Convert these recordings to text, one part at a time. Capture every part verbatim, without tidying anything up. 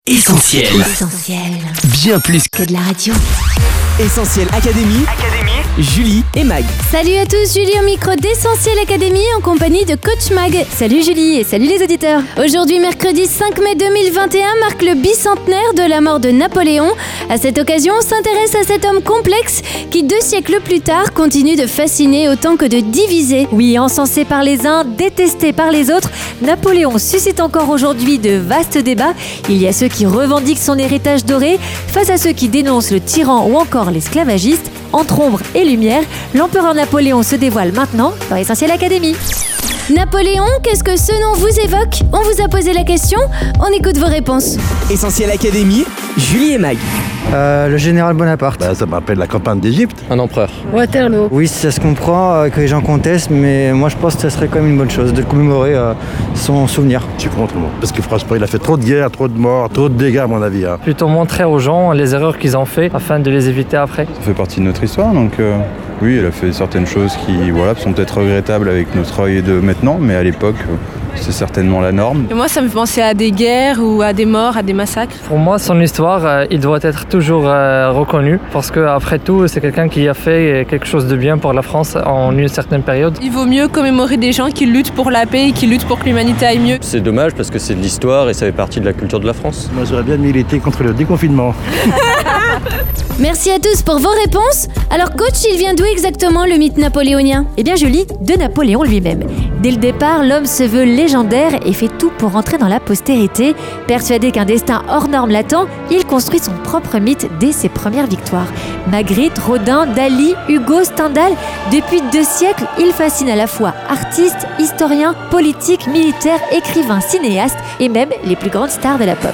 Essentiel. Essentiel. Bien plus que de la radio. Essentiel Académie. Académie. Julie et Mag. Salut à tous, Julie au micro d'Essentiel Académie en compagnie de Coach Mag. Salut Julie et salut les auditeurs. Aujourd'hui, mercredi cinq mai deux mille vingt et un, marque le bicentenaire de la mort de Napoléon. À cette occasion, on s'intéresse à cet homme complexe qui, deux siècles plus tard, continue de fasciner autant que de diviser. Oui, encensé par les uns, détesté par les autres, Napoléon suscite encore aujourd'hui de vastes débats. Il y a ceux qui revendiquent son héritage doré face à ceux qui dénoncent le tyran ou encore l'esclavagiste. Entre ombre et lumière, l'empereur Napoléon se dévoile maintenant dans Essentiel Académie. Napoléon, qu'est-ce que ce nom vous évoque ? On vous a posé la question, on écoute vos réponses. Essentiel Académie, Julie et Mag. Euh, le général Bonaparte. Bah, ça me rappelle la campagne d'Égypte. Un empereur. Waterloo. Oui, ça se comprend euh, que les gens contestent, mais moi je pense que ce serait quand même une bonne chose de commémorer euh, son souvenir. Je suis contre moi. Parce que franchement, il a fait trop de guerres, trop de morts, trop de dégâts à mon avis. Hein. Plutôt montrer aux gens les erreurs qu'ils ont fait afin de les éviter après. Ça fait partie de notre histoire, donc euh, oui, elle a fait certaines choses qui voilà, sont peut-être regrettables avec notre œil de maintenant, mais à l'époque, euh, c'est certainement la norme. Et moi, ça me fait penser à des guerres ou à des morts, à des massacres. Pour moi, son histoire, euh, il doit être toujours euh, reconnu parce qu'après tout, c'est quelqu'un qui a fait quelque chose de bien pour la France en une certaine période. Il vaut mieux commémorer des gens qui luttent pour la paix et qui luttent pour que l'humanité aille mieux. C'est dommage parce que c'est de l'histoire et ça fait partie de la culture de la France. Moi, j'aurais bien milité contre le déconfinement. Merci à tous pour vos réponses. Alors coach, il vient d'où exactement le mythe napoléonien ? Eh bien Julie, de Napoléon lui-même. Dès le départ, l'homme se veut légendaire et fait tout pour entrer dans la postérité. Persuadé qu'un destin hors norme l'attend, il construit son propre mythe dès ses premières victoires. Magritte, Rodin, Dali, Hugo, Stendhal, depuis deux siècles, il fascine à la fois artistes, historiens, politiques, militaires, écrivains, cinéastes et même les plus grandes stars de la pop.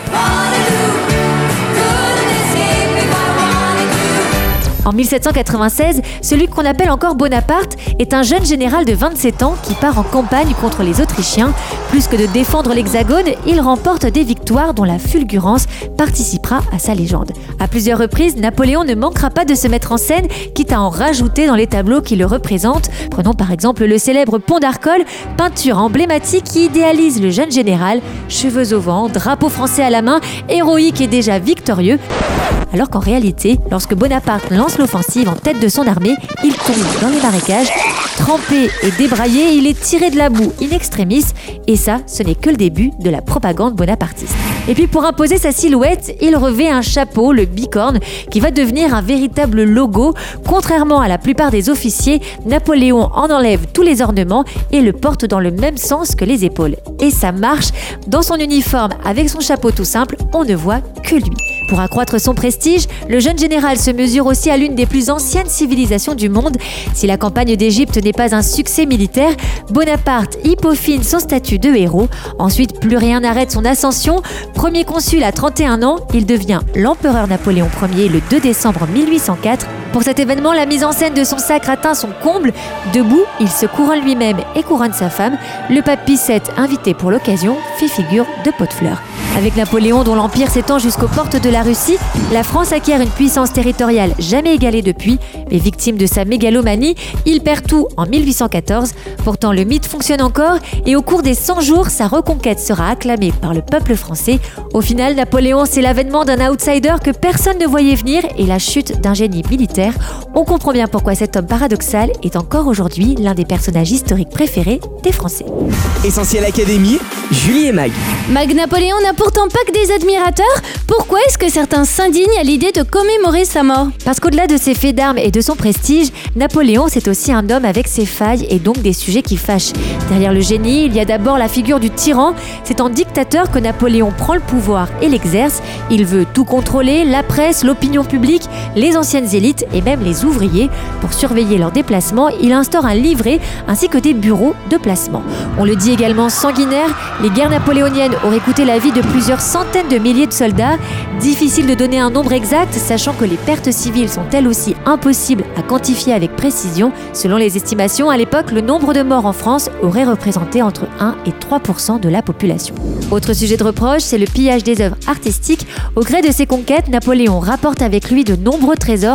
En mille sept cent quatre-vingt-seize, celui qu'on appelle encore Bonaparte est un jeune général de vingt-sept ans qui part en campagne contre les Autrichiens. Plus que de défendre l'Hexagone, il remporte des victoires dont la fulgurance participera à sa légende. À plusieurs reprises, Napoléon ne manquera pas de se mettre en scène, quitte à en rajouter dans les tableaux qui le représentent. Prenons par exemple le célèbre Pont d'Arcole, peinture emblématique qui idéalise le jeune général, cheveux au vent, drapeau français à la main, héroïque et déjà victorieux. Alors qu'en réalité, lorsque Bonaparte lance l'offensive en tête de son armée, il tombe dans les marécages. Trempé et débraillé, il est tiré de la boue in extremis. Et ça, ce n'est que le début de la propagande bonapartiste. Et puis pour imposer sa silhouette, il revêt un chapeau, le bicorne, qui va devenir un véritable logo. Contrairement à la plupart des officiers, Napoléon en enlève tous les ornements et le porte dans le même sens que les épaules. Et ça marche. Dans son uniforme, avec son chapeau tout simple, on ne voit que lui. Pour accroître son prestige, le jeune général se mesure aussi à l'une des plus anciennes civilisations du monde. Si la campagne d'Égypte n'est pas un succès militaire, Bonaparte y peaufine son statut de héros. Ensuite, plus rien n'arrête son ascension. Premier consul à trente et un ans, il devient l'empereur Napoléon Ier le deux décembre mille huit cent quatre. Pour cet événement, la mise en scène de son sacre atteint son comble. Debout, il se couronne lui-même et couronne sa femme. Le pape Pie sept, invité pour l'occasion, fait figure de pot de fleurs. Avec Napoléon, dont l'empire s'étend jusqu'aux portes de la Russie, la France acquiert une puissance territoriale jamais égalée depuis, mais victime de sa mégalomanie, il perd tout en mille huit cent quatorze. Pourtant, le mythe fonctionne encore et au cours des cent jours, sa reconquête sera acclamée par le peuple français. Au final, Napoléon, c'est l'avènement d'un outsider que personne ne voyait venir et la chute d'un génie militaire. On comprend bien pourquoi cet homme paradoxal est encore aujourd'hui l'un des personnages historiques préférés des Français. Essentiel Académie, Julie et Mag. Mag, Napoléon n'a pourtant pas que des admirateurs. Pourquoi est-ce que certains s'indignent à l'idée de commémorer sa mort ? Parce qu'au-delà de ses faits d'armes et de son prestige, Napoléon c'est aussi un homme avec ses failles et donc des sujets qui fâchent. Derrière le génie, il y a d'abord la figure du tyran. C'est en dictateur que Napoléon prend le pouvoir et l'exerce. Il veut tout contrôler, la presse, l'opinion publique, les anciennes élites et même les ouvriers. Pour surveiller leurs déplacements, il instaure un livret ainsi que des bureaux de placement. On le dit également sanguinaire, les guerres napoléoniennes auraient coûté la vie de plusieurs centaines de milliers de soldats. Difficile de donner un nombre exact, sachant que les pertes civiles sont elles aussi impossibles à quantifier avec précision. Selon les estimations, à l'époque, le nombre de morts en France aurait représenté entre un et trois pour cent de la population. Autre sujet de reproche, c'est le pillage des œuvres artistiques. Au gré de ses conquêtes, Napoléon rapporte avec lui de nombreux trésors, tels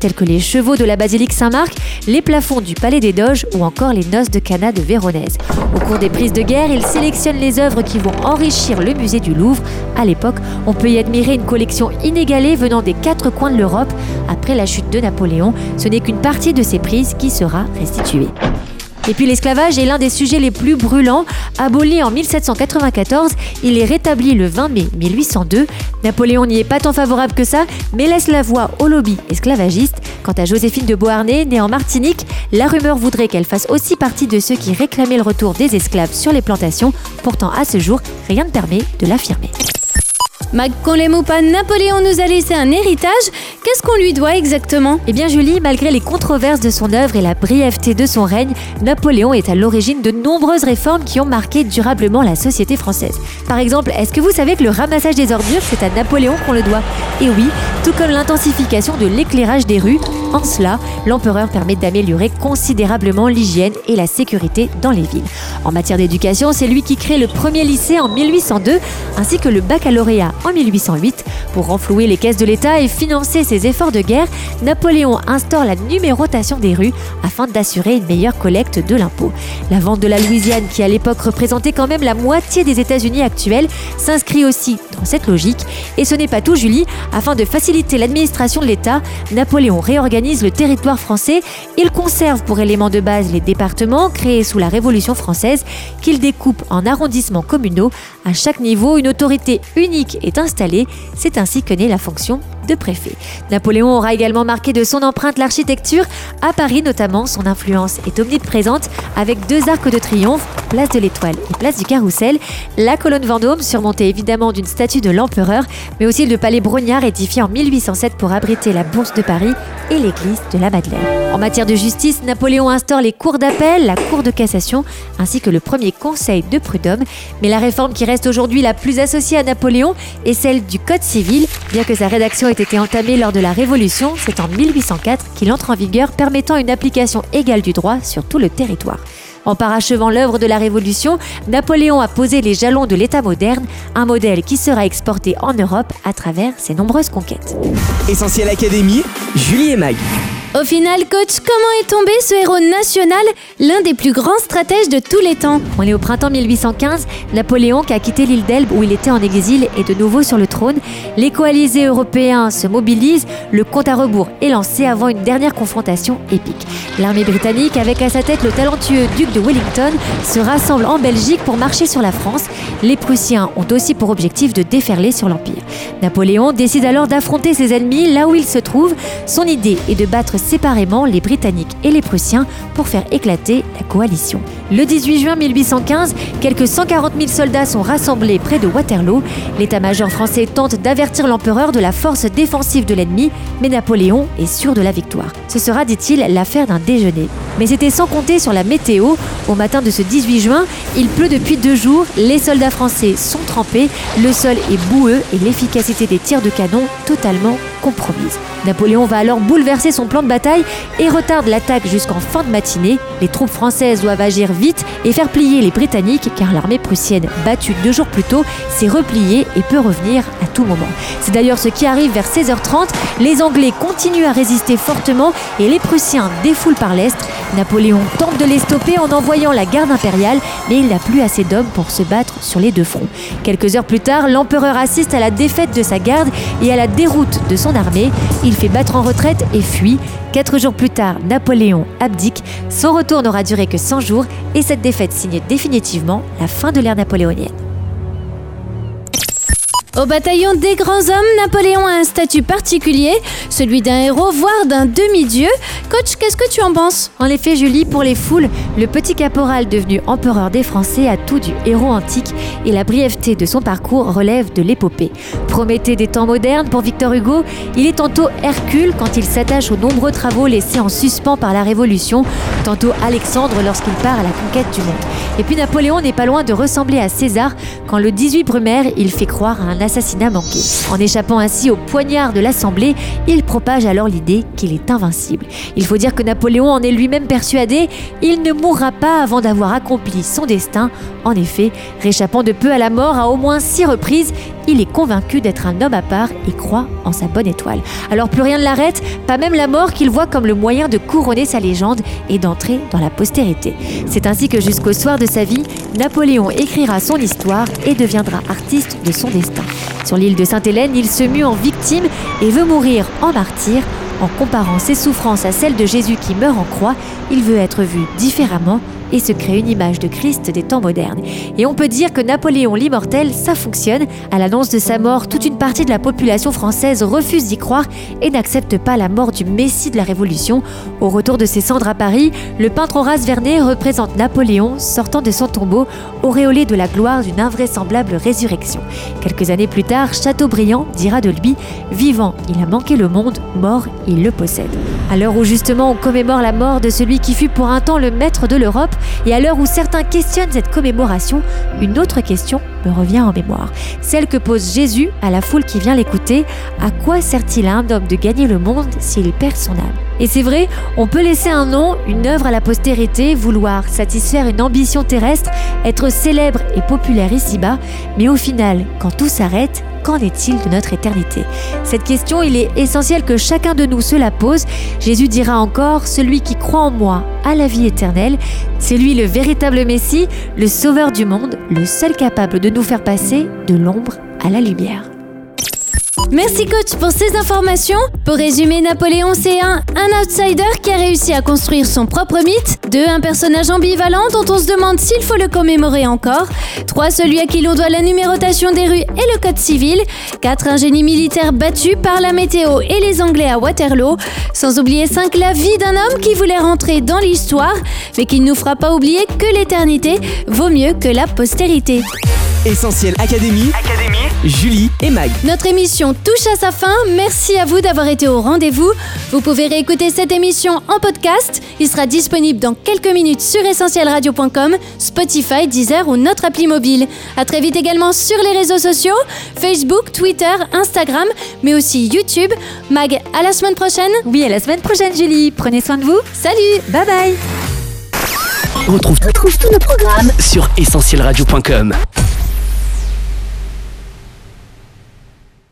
tels que les chevaux de la basilique Saint-Marc, les plafonds du palais des Doges ou encore les noces de Cana de Véronèse. Au cours des prises de guerre, il sélectionne les œuvres qui vont enrichir le musée du Louvre. À l'époque, on peut y admirer une collection inégalée venant des quatre coins de l'Europe. Après la chute de Napoléon, ce n'est qu'une partie de ces prises qui sera restituée. Et puis l'esclavage est l'un des sujets les plus brûlants. Aboli en mille sept cent quatre-vingt-quatorze, il est rétabli le vingt mai mille huit cent deux. Napoléon n'y est pas tant favorable que ça, mais laisse la voie au lobby esclavagiste. Quant à Joséphine de Beauharnais, née en Martinique, la rumeur voudrait qu'elle fasse aussi partie de ceux qui réclamaient le retour des esclaves sur les plantations. Pourtant, à ce jour, rien ne permet de l'affirmer. Mag, qu'on l'aime ou pas, Napoléon nous a laissé un héritage. Qu'est-ce qu'on lui doit exactement ? Eh bien Julie, malgré les controverses de son œuvre et la brièveté de son règne, Napoléon est à l'origine de nombreuses réformes qui ont marqué durablement la société française. Par exemple, est-ce que vous savez que le ramassage des ordures, c'est à Napoléon qu'on le doit ? Et oui, tout comme l'intensification de l'éclairage des rues. En cela, l'empereur permet d'améliorer considérablement l'hygiène et la sécurité dans les villes. En matière d'éducation, c'est lui qui crée le premier lycée en mille huit cent deux, ainsi que le baccalauréat en mille huit cent huit. Pour renflouer les caisses de l'État et financer ses efforts de guerre, Napoléon instaure la numérotation des rues afin d'assurer une meilleure collecte de l'impôt. La vente de la Louisiane, qui à l'époque représentait quand même la moitié des États-Unis actuels, s'inscrit aussi dans cette logique. Et ce n'est pas tout, Julie. Afin de faciliter l'administration de l'État, Napoléon réorganise le territoire français. Il conserve pour éléments de base les départements créés sous la Révolution française, qu'il découpe en arrondissements communaux. À chaque niveau, une autorité unique est installée. C'est ainsi que naît la fonction de préfet. Napoléon aura également marqué de son empreinte l'architecture. À Paris notamment, son influence est omniprésente avec deux arcs de triomphe, place de l'Étoile et place du Carrousel, la colonne Vendôme surmontée évidemment d'une statue de l'empereur, mais aussi le palais Brognard édifié en mille huit cent sept pour abriter la Bourse de Paris et l'église de la Madeleine. En matière de justice, Napoléon instaure les cours d'appel, la cour de cassation ainsi que le premier conseil de prud'homme, mais la réforme qui reste aujourd'hui la plus associée à Napoléon est celle du Code civil. Bien que sa rédaction ait été entamée lors de la Révolution, c'est en mille huit cent quatre qu'il entre en vigueur, permettant une application égale du droit sur tout le territoire. En parachevant l'œuvre de la Révolution, Napoléon a posé les jalons de l'État moderne, un modèle qui sera exporté en Europe à travers ses nombreuses conquêtes. Essentiel Académie, Julie et Mag. Au final, coach, comment est tombé ce héros national, l'un des plus grands stratèges de tous les temps ? On est au printemps mille huit cent quinze, Napoléon, qui a quitté l'île d'Elbe où il était en exil, est de nouveau sur le trône. Les coalisés européens se mobilisent, le compte à rebours est lancé avant une dernière confrontation épique. L'armée britannique, avec à sa tête le talentueux duc de Wellington, se rassemble en Belgique pour marcher sur la France. Les Prussiens ont aussi pour objectif de déferler sur l'Empire. Napoléon décide alors d'affronter ses ennemis là où ils se trouvent. Son idée est de battre séparément les Britanniques et les Prussiens pour faire éclater la coalition. Le dix-huit juin mille huit cent quinze, quelques cent quarante mille soldats sont rassemblés près de Waterloo. L'état-major français tente d'avertir l'empereur de la force défensive de l'ennemi, mais Napoléon est sûr de la victoire. Ce sera, dit-il, l'affaire d'un déjeuner. Mais c'était sans compter sur la météo. Au matin de ce dix-huit juin, il pleut depuis deux jours, les soldats français sont trempés, le sol est boueux et l'efficacité des tirs de canon totalement compromise. Napoléon va alors bouleverser son plan de bataille et retarde l'attaque jusqu'en fin de matinée. Les troupes françaises doivent agir vite et faire plier les Britanniques car l'armée prussienne, battue deux jours plus tôt, s'est repliée et peut revenir à tout moment. C'est d'ailleurs ce qui arrive vers seize heures trente. Les Anglais continuent à résister fortement et les Prussiens défoulent par l'est. Napoléon tente de les stopper en envoyant la garde impériale, mais il n'a plus assez d'hommes pour se battre sur les deux fronts. Quelques heures plus tard, l'empereur assiste à la défaite de sa garde et à la déroute de son armée. Il fait battre en retraite et fuit. Quatre jours plus tard, Napoléon abdique. Son retour n'aura duré que cent jours et cette défaite signe définitivement la fin de l'ère napoléonienne. Au bataillon des grands hommes, Napoléon a un statut particulier, celui d'un héros, voire d'un demi-dieu. Coach, qu'est-ce que tu en penses ? En effet, Julie, pour les foules, le petit caporal devenu empereur des Français a tout du héros antique et la brièveté de son parcours relève de l'épopée. Prométhée des temps modernes pour Victor Hugo, il est tantôt Hercule quand il s'attache aux nombreux travaux laissés en suspens par la Révolution, tantôt Alexandre lorsqu'il part à la conquête du monde. Et puis Napoléon n'est pas loin de ressembler à César quand le dix-huit Brumaire, il fait croire à un assassinat manqué. En échappant ainsi au poignard de l'Assemblée, il propage alors l'idée qu'il est invincible. Il faut dire que Napoléon en est lui-même persuadé, il ne mourra pas avant d'avoir accompli son destin. En effet, réchappant de peu à la mort à au moins six reprises, il est convaincu d'être un homme à part et croit en sa bonne étoile. Alors plus rien ne l'arrête, pas même la mort qu'il voit comme le moyen de couronner sa légende et d'entrer dans la postérité. C'est ainsi que jusqu'au soir de sa vie, Napoléon écrira son histoire et deviendra artiste de son destin. Sur l'île de Sainte-Hélène, il se mue en victime et veut mourir en martyr. En comparant ses souffrances à celles de Jésus qui meurt en croix, il veut être vu différemment et se crée une image de Christ des temps modernes. Et on peut dire que Napoléon l'immortel, ça fonctionne. À l'annonce de sa mort, toute une partie de la population française refuse d'y croire et n'accepte pas la mort du Messie de la Révolution. Au retour de ses cendres à Paris, le peintre Horace Vernet représente Napoléon sortant de son tombeau, auréolé de la gloire d'une invraisemblable résurrection. Quelques années plus tard, Chateaubriand dira de lui « Vivant, il a manqué le monde, mort, il le possède ». À l'heure où justement on commémore la mort de celui qui fut pour un temps le maître de l'Europe, et à l'heure où certains questionnent cette commémoration, une autre question me revient en mémoire. Celle que pose Jésus à la foule qui vient l'écouter. À quoi sert-il à un homme de gagner le monde s'il perd son âme ? Et c'est vrai, on peut laisser un nom, une œuvre à la postérité, vouloir satisfaire une ambition terrestre, être célèbre et populaire ici-bas, mais au final, quand tout s'arrête, qu'en est-il de notre éternité ? Cette question, il est essentiel que chacun de nous se la pose. Jésus dira encore « Celui qui croit en moi a la vie éternelle ». C'est lui le véritable Messie, le sauveur du monde, le seul capable de nous faire passer de l'ombre à la lumière. Merci coach pour ces informations. Pour résumer, Napoléon c'est un, un outsider qui a réussi à construire son propre mythe. deux Un personnage ambivalent dont on se demande s'il faut le commémorer encore. trois Celui à qui l'on doit la numérotation des rues et le code civil. quatre Un génie militaire battu par la météo et les Anglais à Waterloo. Sans oublier cinq La vie d'un homme qui voulait rentrer dans l'histoire, mais qui ne nous fera pas oublier que l'éternité vaut mieux que la postérité. Essentiel Académie, Académie, Julie et Mag. Notre émission touche à sa fin. Merci à vous d'avoir été au rendez-vous. Vous pouvez réécouter cette émission en podcast. Il sera disponible dans quelques minutes sur essentiel radio point com, Spotify, Deezer ou notre appli mobile. À très vite également sur les réseaux sociaux, Facebook, Twitter, Instagram, mais aussi YouTube. Mag, à la semaine prochaine. Oui, à la semaine prochaine Julie. Prenez soin de vous. Salut. Bye bye. On retrouve, retrouve tous nos programmes sur essentiel radio point com.